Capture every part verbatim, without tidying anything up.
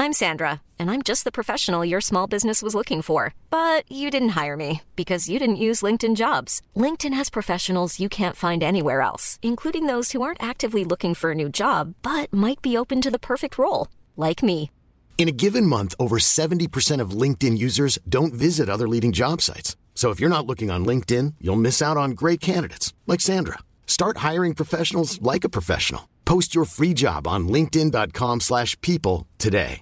I'm Sandra, and I'm just the professional your small business was looking for. But you didn't hire me because you didn't use LinkedIn Jobs. LinkedIn has professionals you can't find anywhere else, including those who aren't actively looking for a new job, but might be open to the perfect role, like me. In a given month, over seventy percent of LinkedIn users don't visit other leading job sites. So if you're not looking on LinkedIn, you'll miss out on great candidates like Sandra. Start hiring professionals like a professional. Post your free job on linkedin dot com slash people today.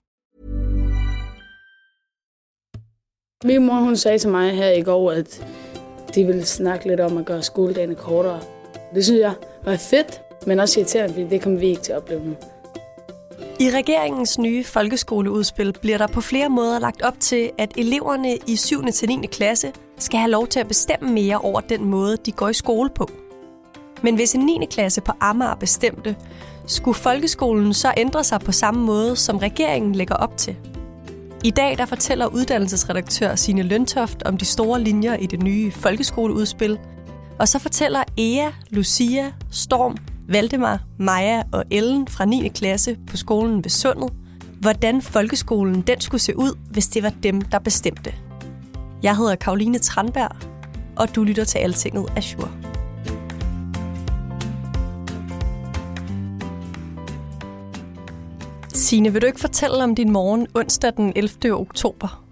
Min mor, hun sagde til mig her i går, at de ville snakke lidt om at gøre skoledagene kortere. Det synes jeg var fedt, men også irriterende, fordi det kommer vi ikke til at opleve nu. I regeringens nye folkeskoleudspil bliver der på flere måder lagt op til, at eleverne i syvende til niende klasse skal have lov til at bestemme mere over den måde, de går i skole på. Men hvis en niende klasse på Amager bestemte, skulle folkeskolen så ændre sig på samme måde, som regeringen lægger op til. I dag der fortæller uddannelsesredaktør Signe Løntoft om de store linjer i det nye folkeskoleudspil, og så fortæller Ea, Lucia, Storm, Valdemar, Maja og Ellen fra niende klasse på skolen ved Sundet, hvordan folkeskolen den skulle se ud, hvis det var dem, der bestemte. Jeg hedder Karoline Tranberg, og du lytter til Altinget Azure. Signe, vil du ikke fortælle om din morgen onsdag den ellevte oktober?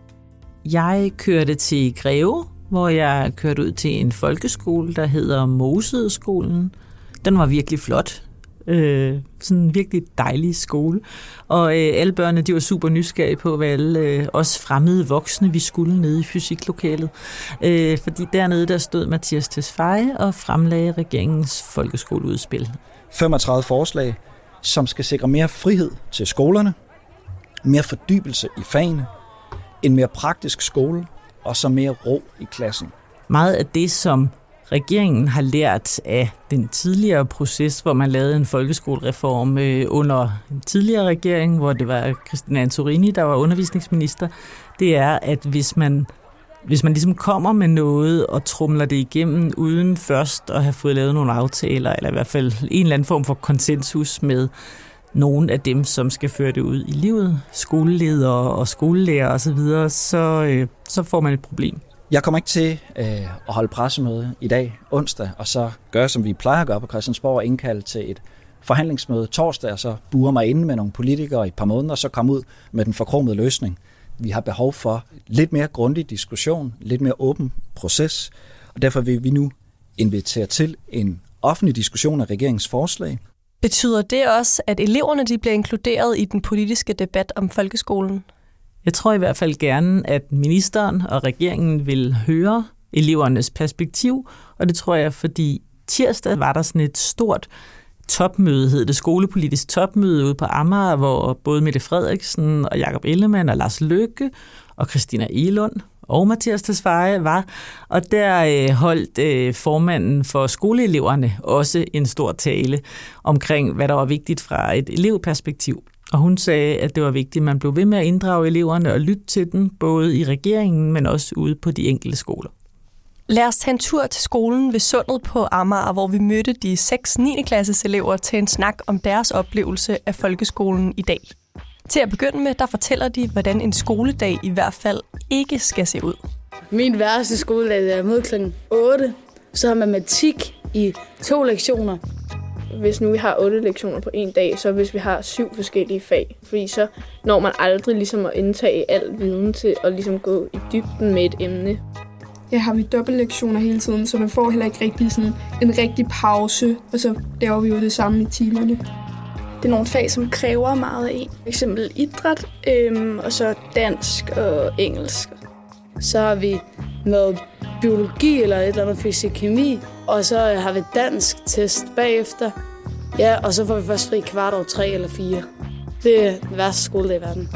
Jeg kørte til Greve, hvor jeg kørte ud til en folkeskole, der hedder Moseskolen. Den var virkelig flot. Øh, sådan en virkelig dejlig skole. Og øh, alle børnene, de var super nysgerrige på, hvad alle øh, os fremmede voksne, vi skulle nede i fysiklokalet. Øh, fordi dernede, der stod Mathias Tesfaye og fremlagde regeringens folkeskoleudspil. femogtredive forslag, som skal sikre mere frihed til skolerne, mere fordybelse i fagene, en mere praktisk skole og så mere ro i klassen. Meget af det, som regeringen har lært af den tidligere proces, hvor man lavede en folkeskolereform øh, under en tidligere regering, hvor det var Christina Antorini, der var undervisningsminister, det er, at hvis man, hvis man ligesom kommer med noget og tromler det igennem, uden først at have fået lavet nogle aftaler, eller i hvert fald en eller anden form for konsensus med nogle af dem, som skal føre det ud i livet, skoleledere og skolelærer osv., så, øh, så får man et problem. Jeg kommer ikke til øh, at holde pressemøde i dag, onsdag, og så gøre, som vi plejer at gøre på Christiansborg, og indkalde til et forhandlingsmøde torsdag, og så burer mig inde med nogle politikere i et par måneder, og så komme ud med den forkromede løsning. Vi har behov for lidt mere grundig diskussion, lidt mere åben proces, og derfor vil vi nu invitere til en offentlig diskussion af regeringens forslag. Betyder det også, at eleverne de bliver inkluderet i den politiske debat om folkeskolen? Jeg tror i hvert fald gerne, at ministeren og regeringen vil høre elevernes perspektiv, og det tror jeg, fordi tirsdag var der sådan et stort topmøde, hed det skolepolitisk topmøde ude på Amager, hvor både Mette Frederiksen og Jakob Ellemann og Lars Løkke og Christina Egelund og Mathias Tesfaye var, og der øh, holdt øh, formanden for skoleeleverne også en stor tale omkring, hvad der var vigtigt fra et elevperspektiv. Og hun sagde, at det var vigtigt, at man blev ved med at inddrage eleverne og lytte til dem, både i regeringen, men også ude på de enkelte skoler. Lad os tage en tur til skolen ved Sundet på Amager, hvor vi mødte de seks niende klasses elever til en snak om deres oplevelse af folkeskolen i dag. Til at begynde med, der fortæller de, hvordan en skoledag i hvert fald ikke skal se ud. Min værste skoledag er mod klokken otte. Så har matematik i to lektioner. Hvis nu vi har otte lektioner på en dag, så hvis vi har syv forskellige fag. Fordi så når man aldrig ligesom at indtage al viden til at ligesom gå i dybden med et emne. Ja, har vi dobbeltlektioner hele tiden, så man får heller ikke rigtig sådan en rigtig pause, og så laver vi jo det samme i timerne. Det er nogle fag, som kræver meget af en. For eksempel idræt, øhm, og så dansk og engelsk. Så har vi noget biologi eller et eller andet fysik-kemi, og så har vi dansk test bagefter. Ja, og så får vi først fri kvart over tre eller fire. Det er den værste skoledag i verden.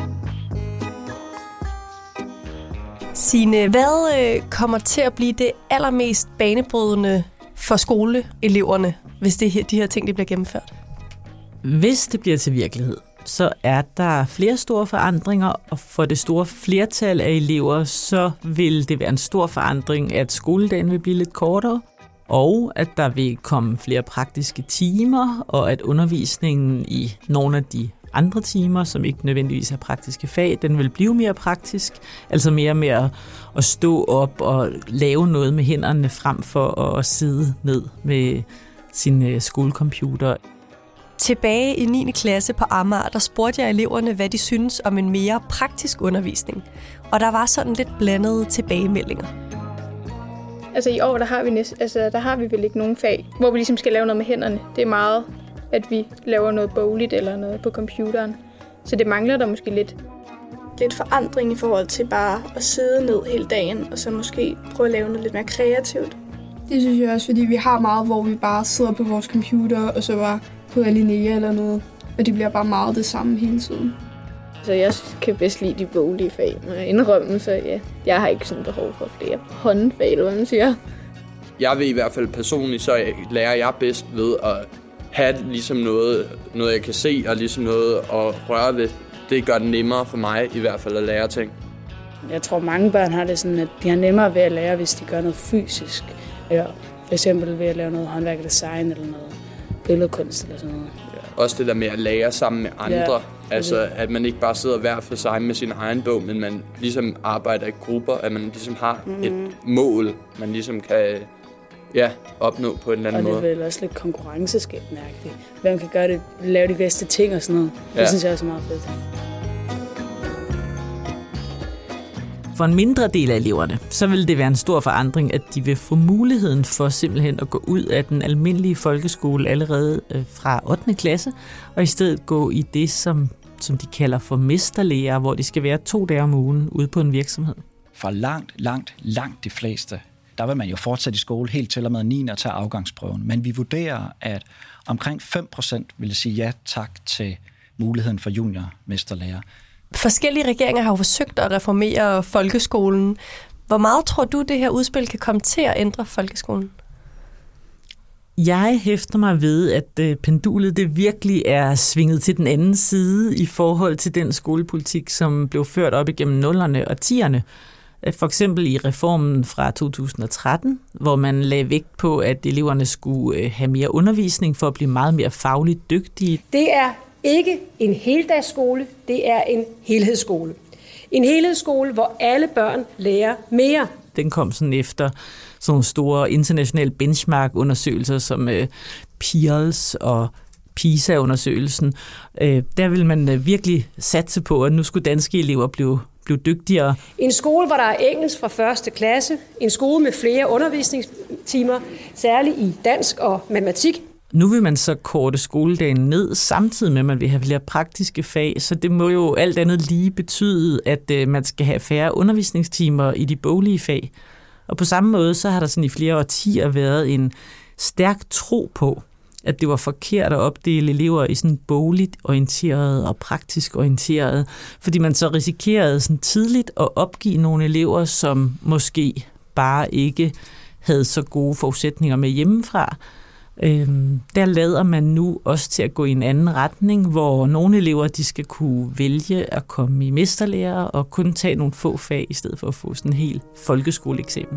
Signe, hvad øh, kommer til at blive det allermest banebrydende for skoleeleverne, hvis det her, de her ting de bliver gennemført? Hvis det bliver til virkelighed, så er der flere store forandringer, og for det store flertal af elever, så vil det være en stor forandring, at skoledagen vil blive lidt kortere, og at der vil komme flere praktiske timer, og at undervisningen i nogle af de andre timer, som ikke nødvendigvis er praktiske fag. Den vil blive mere praktisk, altså mere med at, at stå op og lave noget med hænderne frem for at sidde ned med sin skolecomputer. Tilbage i niende klasse på Amager, der spurgte jeg eleverne, hvad de synes om en mere praktisk undervisning. Og der var sådan lidt blandede tilbagemeldinger. Altså i år, der har vi, næst, altså, der har vi vel ikke nogen fag, hvor vi ligesom skal lave noget med hænderne. Det er meget, at vi laver noget bogligt eller noget på computeren. Så det mangler der måske lidt. Lidt forandring i forhold til bare at sidde ned hele dagen, og så måske prøve at lave noget lidt mere kreativt. Det synes jeg også, fordi vi har meget, hvor vi bare sidder på vores computer, og så bare på Alinea eller noget. Og det bliver bare meget det samme hele tiden. Så jeg kan bedst lide de boglige fag, må jeg indrømme, så ja, jeg har ikke sådan behov for flere håndfag, eller hvad man siger. Jeg vil i hvert fald personligt, så lærer jeg bedst ved at have ligesom noget, noget jeg kan se, og ligesom noget at røre ved. Det gør det nemmere for mig i hvert fald at lære ting. Jeg tror, mange børn har det sådan, at de har nemmere ved at lære, hvis de gør noget fysisk. Eller for eksempel ved at lave noget håndværk og design, eller noget billedkunst eller sådan noget. Ja, også det der med at lære sammen med andre. Ja, altså, at man ikke bare sidder hver for sig med sin egen bog, men man ligesom arbejder i grupper, at man ligesom har mm. et mål, man ligesom kan ja, opnå på en eller anden måde. Og det er vel også lidt konkurrenceskabende. Hvem kan gøre det, lave de bedste ting og sådan noget. Det ja. synes jeg også er meget fedt. For en mindre del af eleverne, så vil det være en stor forandring, at de vil få muligheden for simpelthen at gå ud af den almindelige folkeskole allerede fra ottende klasse, og i stedet gå i det, som, som de kalder for mesterlærer, hvor de skal være to dage om ugen ude på en virksomhed. For langt, langt, langt de fleste, der vil man jo fortsætte i skole helt til og med niende og tage afgangsprøven. Men vi vurderer, at omkring fem procent vil sige ja tak til muligheden for juniormesterlærer. Forskellige regeringer har jo forsøgt at reformere folkeskolen. Hvor meget tror du, det her udspil kan komme til at ændre folkeskolen? Jeg hæfter mig ved, at pendulet det virkelig er svinget til den anden side i forhold til den skolepolitik, som blev ført op igennem nullerne og tierne. For eksempel i reformen fra to tusind og tretten, hvor man lagde vægt på, at eleverne skulle have mere undervisning for at blive meget mere fagligt dygtige. Det er ikke en heldagsskole, det er en helhedsskole. En helhedsskole, hvor alle børn lærer mere. Den kom sådan efter sådan nogle store internationale benchmark-undersøgelser som øh, Pearls og PISA-undersøgelsen. Øh, der ville man øh, virkelig satse på, at nu skulle danske elever blive, blive dygtigere. En skole, hvor der er engelsk fra første klasse. En skole med flere undervisningstimer, særligt i dansk og matematik. Nu vil man så korte skoledagen ned, samtidig med, at man vil have flere praktiske fag, så det må jo alt andet lige betyde, at man skal have færre undervisningstimer i de boglige fag. Og på samme måde, så har der sådan i flere årtier været en stærk tro på, at det var forkert at opdele elever i sådan bogligt orienterede og praktisk orienterede, fordi man så risikerede sådan tidligt at opgive nogle elever, som måske bare ikke havde så gode forudsætninger med hjemmefra. Øhm, der lader man nu også til at gå i en anden retning, hvor nogle elever de skal kunne vælge at komme i mesterlærer og kun tage nogle få fag, i stedet for at få sådan en hel folkeskoleeksamen.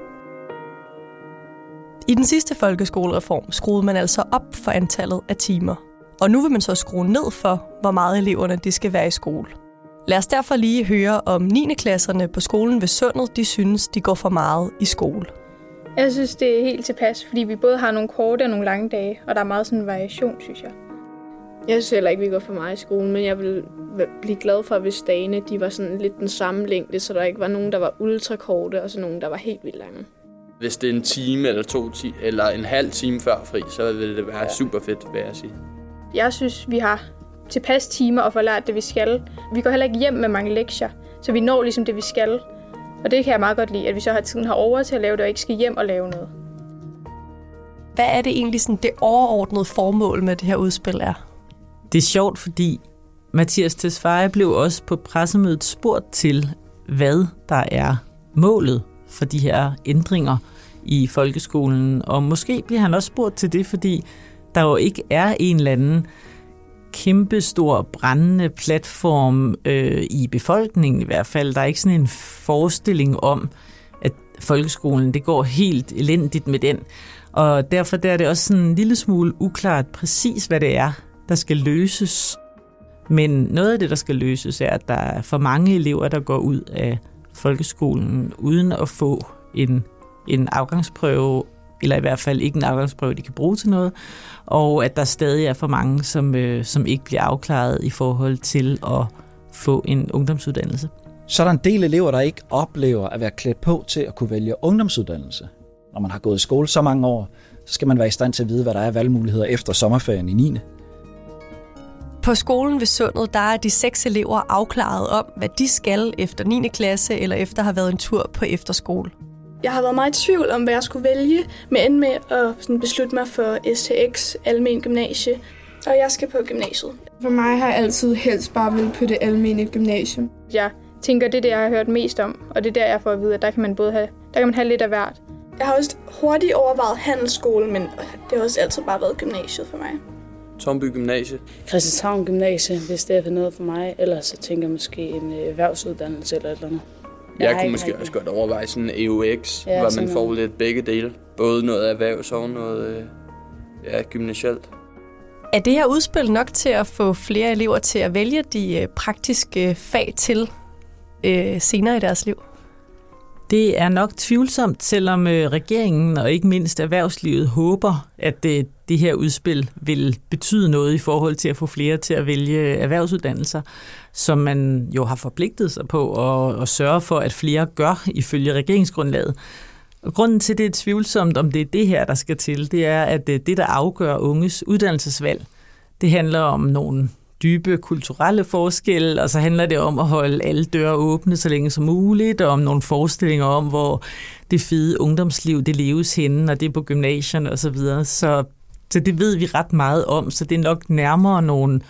I den sidste folkeskolereform skruede man altså op for antallet af timer. Og nu vil man så skrue ned for, hvor meget eleverne de skal være i skole. Lad os derfor lige høre, om niende klasserne på skolen ved Sundet, de synes, de går for meget i skole. Jeg synes, det er helt tilpas, fordi vi både har nogle korte og nogle lange dage, og der er meget sådan en variation, synes jeg. Jeg synes heller ikke, vi går for meget i skolen, men jeg vil blive glad for, hvis dagene de var sådan lidt den samme længde, så der ikke var nogen, der var ultrakorte, og så nogen, der var helt vildt lange. Hvis det er en time eller to timer, eller en halv time før fri, så vil det være ja. super fedt, vil jeg sige. Jeg synes, vi har tilpas timer og får lært det, vi skal. Vi går heller ikke hjem med mange lektier, så vi når ligesom det, vi skal. Og det kan jeg meget godt lide, at vi så har tiden herovre til at lave det, og ikke skal hjem og lave noget. Hvad er det egentlig sådan det overordnede formål med det her udspil er? Det er sjovt, fordi Mathias Tesfaye blev også på pressemødet spurgt til, hvad der er målet for de her ændringer i folkeskolen. Og måske bliver han også spurgt til det, fordi der jo ikke er en eller anden kæmpestor brændende platform øh, i befolkningen i hvert fald. Der er ikke sådan en forestilling om, at folkeskolen det går helt elendigt med den. Og derfor der er det også sådan en lille smule uklart præcis, hvad det er, der skal løses. Men noget af det, der skal løses, er, at der er for mange elever, der går ud af folkeskolen uden at få en, en afgangsprøve, eller i hvert fald ikke en afgangsprøve, de kan bruge til noget, og at der stadig er for mange, som, øh, som ikke bliver afklaret i forhold til at få en ungdomsuddannelse. Så er der en del elever, der ikke oplever at være klædt på til at kunne vælge ungdomsuddannelse. Når man har gået i skole så mange år, så skal man være i stand til at vide, hvad der er valgmuligheder efter sommerferien i niende På skolen ved Sundet, der er de seks elever afklaret om, hvad de skal efter niende klasse, eller efter at have været en tur på efterskole. Jeg har været meget i tvivl om, hvad jeg skulle vælge, men endte med at sådan beslutte mig for S T X, almen gymnasie, og jeg skal på gymnasiet. For mig har jeg altid helst bare ville på det almene gymnasium. Jeg tænker, det er det, jeg har hørt mest om, og det er der, jeg får at vide, at der kan man både have, der kan man have lidt af hvert. Jeg har også hurtigt overvejet handelsskole, men det har også altid bare været gymnasiet for mig. Tomby Gymnasie. Christianshavn Gymnasie, hvis det er noget for mig. Ellers så tænker jeg måske en erhvervsuddannelse eller et eller andet. Jeg, jeg kunne måske rigtig... også godt overveje sådan en E U X, ja, hvor man får noget. Lidt begge dele. Både noget erhvervs og noget ja, gymnasialt. Er det her udspil nok til at få flere elever til at vælge de praktiske fag til øh, senere i deres liv? Det er nok tvivlsomt, selvom regeringen og ikke mindst erhvervslivet håber, at det, det her udspil vil betyde noget i forhold til at få flere til at vælge erhvervsuddannelser, som man jo har forpligtet sig på at, at sørge for, at flere gør ifølge regeringsgrundlaget. Og grunden til, det er tvivlsomt, om det er det her, der skal til, det er, at det, der afgør unges uddannelsesvalg, det handler om nogle dybe kulturelle forskelle, og så handler det om at holde alle døre åbne så længe som muligt, og om nogle forestillinger om, hvor det fede ungdomsliv, det leves henne, og det er på gymnasierne osv. Så, så, så det ved vi ret meget om, så det er nok nærmere nogle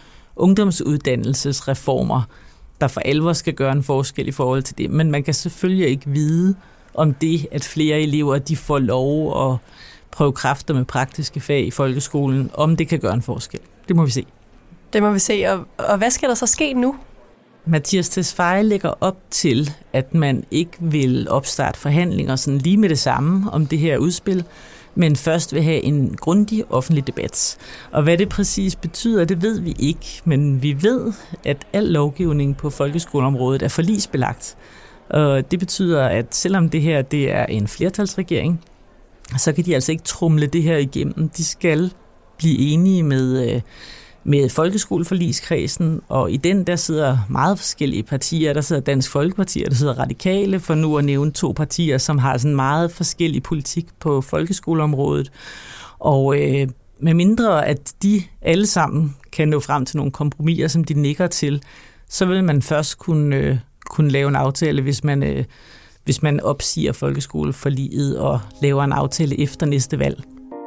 ungdomsuddannelsesreformer, der for alvor skal gøre en forskel i forhold til det. Men man kan selvfølgelig ikke vide om det, at flere elever de får lov at prøve kræfter med praktiske fag i folkeskolen, om det kan gøre en forskel. Det må vi se. Det må vi se. Og, og hvad skal der så ske nu? Mathias Tesfaye lægger op til, at man ikke vil opstarte forhandlinger sådan lige med det samme om det her udspil, men først vil have en grundig offentlig debat. Og hvad det præcis betyder, det ved vi ikke, men vi ved, at al lovgivning på folkeskoleområdet er forligsbelagt. Og det betyder, at selvom det her det er en flertalsregering, så kan de altså ikke tromle det her igennem. De skal blive enige med med folkeskoleforligskredsen, og i den der sidder meget forskellige partier. Der sidder Dansk Folkeparti, og der sidder Radikale, for nu at nævne to partier, som har sådan meget forskellig politik på folkeskoleområdet. Og øh, med mindre, at de alle sammen kan nå frem til nogle kompromiser, som de nikker til, så vil man først kunne, øh, kunne lave en aftale, hvis man, øh, hvis man opsiger folkeskoleforliget og laver en aftale efter næste valg.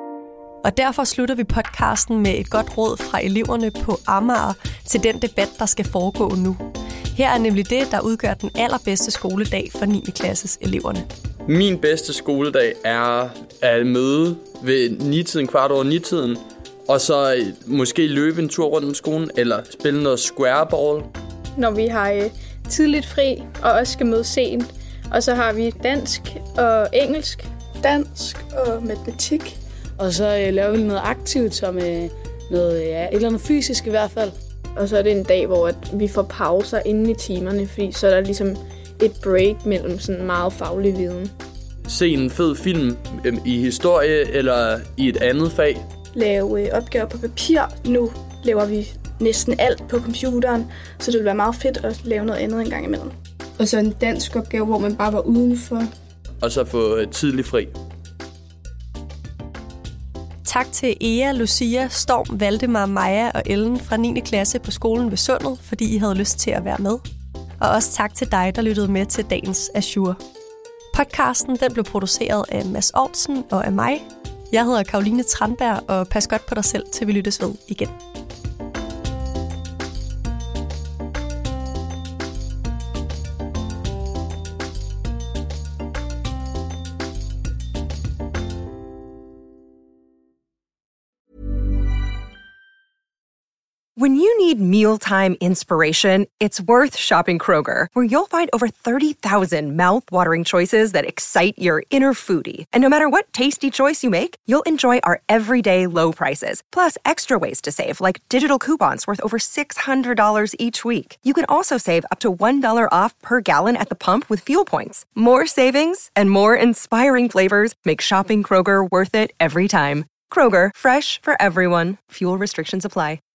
Og derfor slutter vi podcasten med et godt råd fra eleverne på Amager til den debat, der skal foregå nu. Her er nemlig det, der udgør den allerbedste skoledag for niende klasses eleverne. Min bedste skoledag er at møde ved ni-tiden, kvart over ni-tiden, og så måske løbe en tur rundt om skolen, eller spille noget squareball. Når vi har øh, tidligt fri, og også skal møde sent, og så har vi dansk og engelsk. Dansk og matematik. Og så øh, laver vi noget aktivt, som øh, noget, ja, et eller andet fysisk i hvert fald. Og så er det en dag, hvor at vi får pauser inde i timerne, fordi så er der ligesom et break mellem sådan meget faglig viden. Se en fed film øh, i historie eller i et andet fag. Lave øh, opgaver på papir. Nu laver vi næsten alt på computeren, så det vil være meget fedt at lave noget andet en gang imellem. Og så en dansk opgave, hvor man bare var udenfor. Og så få øh, tidlig fri. Tak til Ea, Lucia, Storm, Valdemar, Maja og Ellen fra niende klasse på skolen ved Sundet, fordi I havde lyst til at være med. Og også tak til dig, der lyttede med til dagens Azure. Podcasten den blev produceret af Mads Aartsen og af mig. Jeg hedder Karoline Tranberg, og pas godt på dig selv, til vi lyttes ved igen. When you need mealtime inspiration, it's worth shopping Kroger, where you'll find over thirty thousand mouth-watering choices that excite your inner foodie. And no matter what tasty choice you make, you'll enjoy our everyday low prices, plus extra ways to save, like digital coupons worth over six hundred dollars each week. You can also save up to one dollar off per gallon at the pump with fuel points. More savings and more inspiring flavors make shopping Kroger worth it every time. Kroger, fresh for everyone. Fuel restrictions apply.